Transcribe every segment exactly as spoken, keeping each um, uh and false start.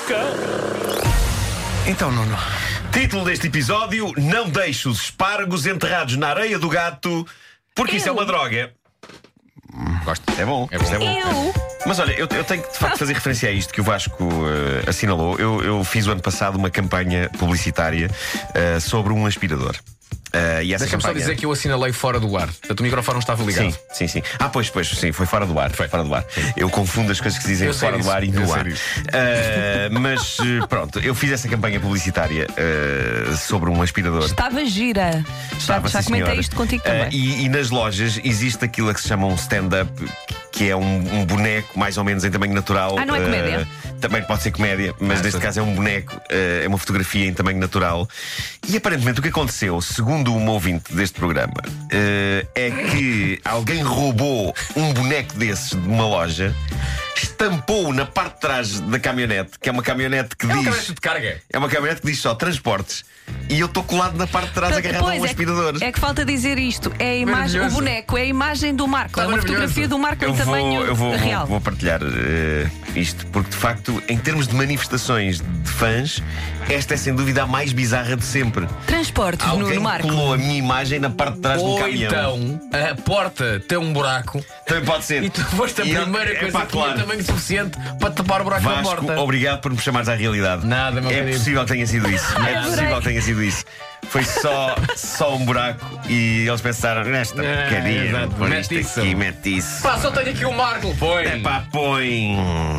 buscar. Então, Nuno. Título deste episódio: Não deixe os espargos enterrados na areia do gato, porque isso é uma droga. Gosto. É bom, É bom. isto é bom. Eu? Mas olha, eu, eu tenho que de facto fazer referência a isto que o Vasco uh, assinalou. Eu, eu fiz o ano passado uma campanha publicitária uh, sobre um aspirador. Uh, e essa Deixa-me campanha... só dizer que eu assinalei fora do ar. Portanto, o microfone não estava ligado. Sim, sim, sim. Ah, pois, pois, sim, foi fora do ar. Foi fora do ar. Eu confundo as coisas que se dizem Eu sei fora do disso, ar e eu no sei ar. disso. Uh, mas uh, pronto, eu fiz essa campanha publicitária uh, sobre um aspirador. Estava gira. Estava, já já sim, comentei senhora. isto contigo Uh, também. e, e nas lojas existe aquilo a que se chama um stand-up, que é um, um boneco mais ou menos em tamanho natural. Ah, não é comédia? Uh, também pode ser comédia, mas Ah, neste sim. caso é um boneco, uh, é uma fotografia em tamanho natural. E aparentemente o que aconteceu, segundo uma ouvinte deste programa, uh, é que alguém roubou um boneco desses de uma loja, estampou-o na parte de trás da caminhonete, que é uma caminhonete que É um diz. caminhonete de carga. É uma caminhonete que diz só transportes. E eu estou colado na parte de trás agarrado a um Pois, é, aspirador. que, é que falta dizer isto. É a imagem, o Maravilhoso. boneco, é a imagem do Marco. Está É uma maravilhoso. fotografia do Marco Eu em vou, tamanho eu vou, real. vou, vou partilhar uh, isto, porque de facto, em termos de manifestações de fãs, esta é sem dúvida a mais bizarra de sempre. Transportes, Alguém no Marco. colou a minha imagem na parte de trás do Ou caminhão. então a porta tem um buraco Também pode ser. e tu foste a E eu- primeira é coisa pá, que tinha claro. tamanho suficiente para tapar o buraco da Vasco, porta. obrigado por me chamares à realidade. Nada, meu É querido. possível que tenha sido isso. É adorei. possível que tenha sido isso. Foi só, só um buraco e eles pensaram nesta É, porcaria, exato. põe Mete isto isso. aqui, mete isso. Pá, só tenho aqui o Marco. Põe. É pá, põe.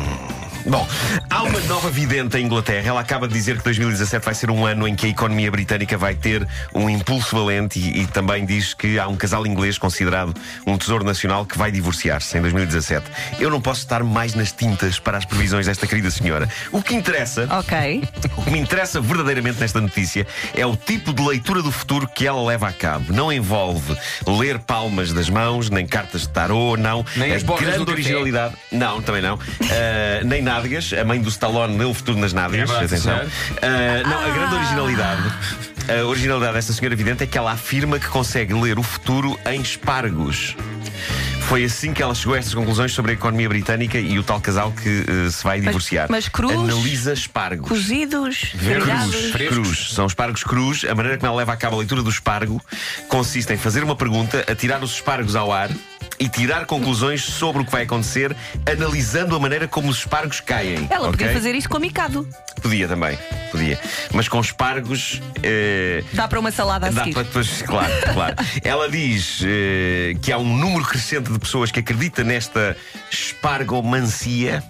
Bom, há uma nova vidente em Inglaterra. Ela acaba de dizer que dois mil e dezassete vai ser um ano em que a economia britânica vai ter um impulso valente e, e também diz que há um casal inglês considerado um tesouro nacional que vai divorciar-se em dois mil e dezassete. Eu não posso estar mais nas tintas para as previsões desta querida senhora. O que interessa, Ok. o que me interessa verdadeiramente nesta notícia é o tipo de leitura do futuro que ela leva a cabo. Não envolve ler palmas das mãos, nem cartas de tarô, não. Nem a as bordas grande do café. originalidade. Não, também não. Uh, nem nádegas. A mãe do Stallone leu o futuro nas nádegas. É verdade, Atenção. senhor. Uh, não, a grande originalidade. A originalidade desta senhora vidente é que ela afirma que consegue ler o futuro em espargos. Foi assim que ela chegou a estas conclusões sobre a economia britânica e o tal casal que uh, se vai divorciar. mas crus? Analisa espargos. Cozidos, Verdes. grelhados. Frescos. Cruz, são espargos crus. A maneira como ela leva a cabo a leitura do espargo consiste em fazer uma pergunta, atirar os espargos ao ar e tirar conclusões sobre o que vai acontecer, analisando a maneira como os espargos caem. Ela ok? podia fazer isso com micado. Podia também, podia. Mas com espargos. eh, Dá para uma salada a Dá seguir. para depois, claro, claro. Ela diz eh, que há um número crescente de pessoas que acredita nesta espargomancia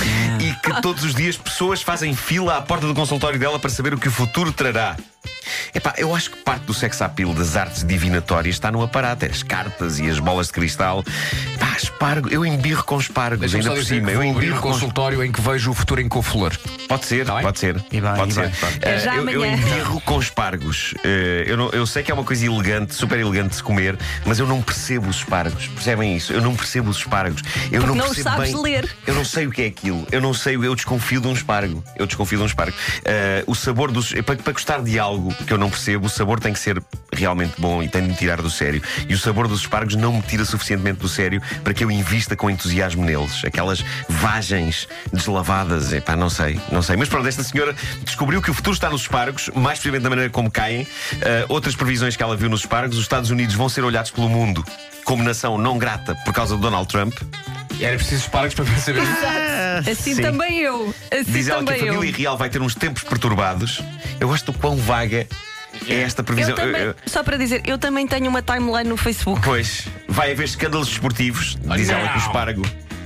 e que todos os dias pessoas fazem fila à porta do consultório dela para saber o que o futuro trará. Epá, eu acho que parte do sex appeal das artes divinatórias está no aparato. É as cartas e as bolas de cristal. Pá, espargo, eu embirro com espargos, Deixa-me ainda só por dizer cima. que Eu vou abrir embirro um com consultório em que vejo o futuro em couve-flor. Pode ser, Tá bem? pode ser. E bem, pode e ser. bem, pronto. É Eh, já eu, eu amanhã. embirro com espargos. Eh, eu, não- eu sei que é uma coisa elegante, super elegante de se comer, mas eu não percebo os espargos. Percebem isso? Eu não percebo os espargos. Eu Porque não, não percebo sabes bem. ler. Eu não sei o que é aquilo. Eu não sei, eu desconfio de um espargo. Eu desconfio de um espargo. Eh, o sabor dos. Para, para gostar de algo que eu não percebo, o sabor tem que ser realmente bom e tem de me tirar do sério. E o sabor dos espargos não me tira suficientemente do sério para que eu invista com entusiasmo neles. Aquelas vagens deslavadas, epá, não sei, não sei. Mas pronto, esta senhora descobriu que o futuro está nos espargos, mais precisamente da maneira como caem. Ah, outras previsões que ela viu nos espargos: os Estados Unidos vão ser olhados pelo mundo como nação não grata por causa de Donald Trump. E era preciso espargos para saber isso. Assim sim. também eu. Assim Diz ela que a também eu. família real vai ter uns tempos perturbados. Eu gosto do quão vaga é esta previsão. Eu também, Eu- eu- só para dizer, eu também tenho uma timeline no Facebook. Pois, vai haver escândalos desportivos. Diz ela que o espargo.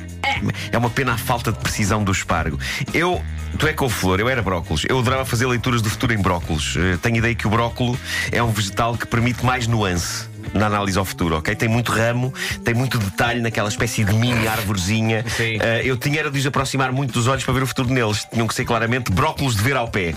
É uma pena a falta de precisão do espargo. Eu. Tu é couve-flor, eu era brócolos. Eu adorava fazer leituras do futuro em brócolos. Eh, Tenho ideia que o brócolo é um vegetal que permite mais nuance na análise ao futuro, ok? Tem muito ramo, tem muito detalhe naquela espécie de mini árvorezinha. Sim. Eh, eu tinha era de os aproximar muito dos olhos para ver o futuro neles. Tinham que ser claramente brócolos de ver ao pé.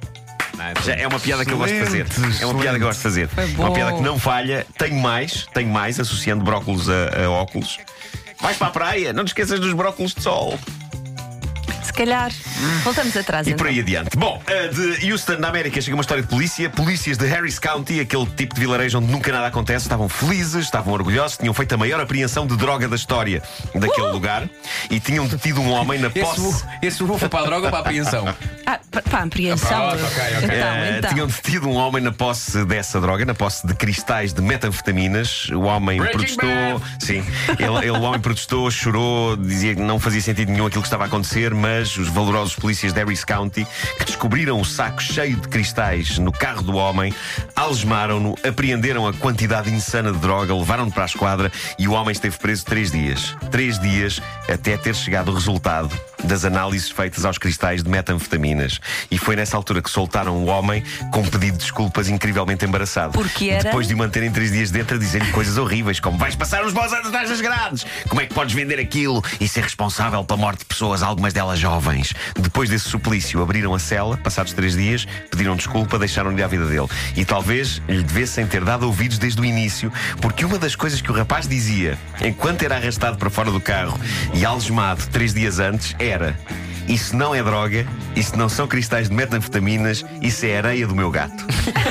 Já é uma piada que eu gosto de fazer. Excelente, É uma piada que eu gosto de fazer. Foi Uma bom. piada que não falha. Tenho mais, tenho mais, associando brócolos a, a óculos. Vais para a praia, não te esqueças dos brócolos de sol. Se calhar. Voltamos atrás. E então. por aí adiante. Bom, uh, de Houston, na América, chega uma história de polícia. Polícias de Harris County, aquele tipo de vilarejo onde nunca nada acontece, estavam felizes, estavam orgulhosos, tinham feito a maior apreensão de droga da história daquele uh! lugar e tinham detido um homem na posse. Esse, esse foi para a droga ou para a apreensão? Ah, para a apreensão. Ah, pronto, ok, ok. Então, Uh, então. Tinham detido um homem na posse dessa droga, na posse de cristais de metanfetaminas. O homem Breaking protestou. Bad. Sim, ele, ele, o homem protestou, chorou, dizia que não fazia sentido nenhum aquilo que estava a acontecer, mas os valorosos polícias de Harris County, que descobriram o saco cheio de cristais no carro do homem, algemaram-no, apreenderam a quantidade insana de droga, levaram-no para a esquadra e o homem esteve preso três dias. Três dias até ter chegado o resultado das análises feitas aos cristais de metanfetaminas. E foi nessa altura que soltaram o homem com um pedido de desculpas incrivelmente embaraçado. Porque era? Depois de o manterem três dias dentro a dizer-lhe coisas horríveis, como vais passar uns bons anos atrás das grades, como é que podes vender aquilo e ser responsável pela morte de pessoas, algumas delas jovens. Depois desse suplício, abriram a cela, passados três dias, pediram desculpa, deixaram-lhe a vida dele. E talvez lhe devessem ter dado ouvidos desde o início, porque uma das coisas que o rapaz dizia, enquanto era arrastado para fora do carro e algemado três dias antes, era: isso não é droga, isso não são cristais de metanfetaminas, isso é areia do meu gato.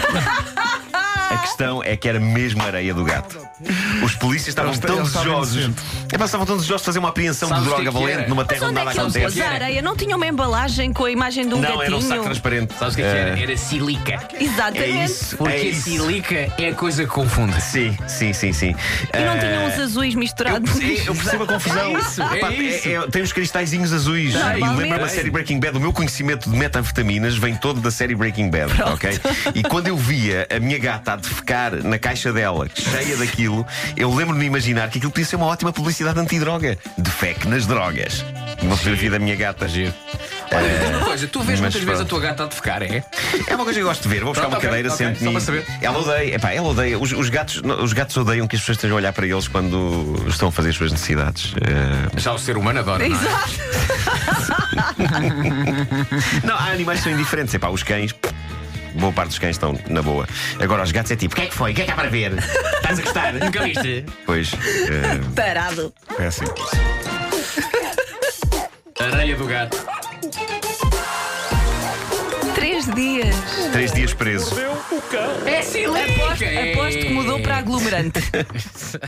A questão é que era mesmo areia do gato. Os polícias estavam Eles- tão eles estavam desejosos. É, estavam tão desejosos de fazer uma apreensão Sabes de o que droga é que valente era? numa Mas terra onde onde é nada que eles acontece. pôs a areia? Não tinha uma embalagem com a imagem de um Não, gatinho? era um saco transparente. Sabes o que é que era? Eh, Era silica. Exatamente. É isso. Porque é a isso. silica é a coisa que confunde. Sim, sim, sim, sim. E não Eh, tinham uns azuis Eu misturados. percebo, eu percebo a confusão. É isso, é Epá, isso. é- tem uns cristalzinhos azuis. E Normalmente. lembra-me da série Breaking Bad. O meu conhecimento de metanfetaminas vem todo da série Breaking Bad, ok? E quando eu via a minha gata a defecar na caixa dela, cheia daquilo, eu lembro-me de imaginar que aquilo podia ser uma ótima publicidade antidroga. Defeque nas drogas. Uma fotografia da minha gata. Giro. Olha, diz uma coisa, tu vês Mas muitas vezes a pronto. tua gata a defecar, é? É uma coisa que eu gosto de ver. Vou buscar Pronto, uma ok, cadeira, ok, sento só para saber. Ela odeia, epá, ela odeia. Os, os gatos, os gatos odeiam que as pessoas estejam a olhar para eles quando estão a fazer as suas necessidades. Eh, Já o ser humano adora, não é? Exato. Não, há animais que são indiferentes. Epá, os cães. Boa parte dos cães estão na boa. Agora, os gatos é tipo: o que é que foi? O que é que há para ver? Estás a gostar? Nunca viste? Pois. eh, Parado. é assim. Areia do gato. Três dias. Três dias preso. É silica! Aposto, aposto que mudou para aglomerante.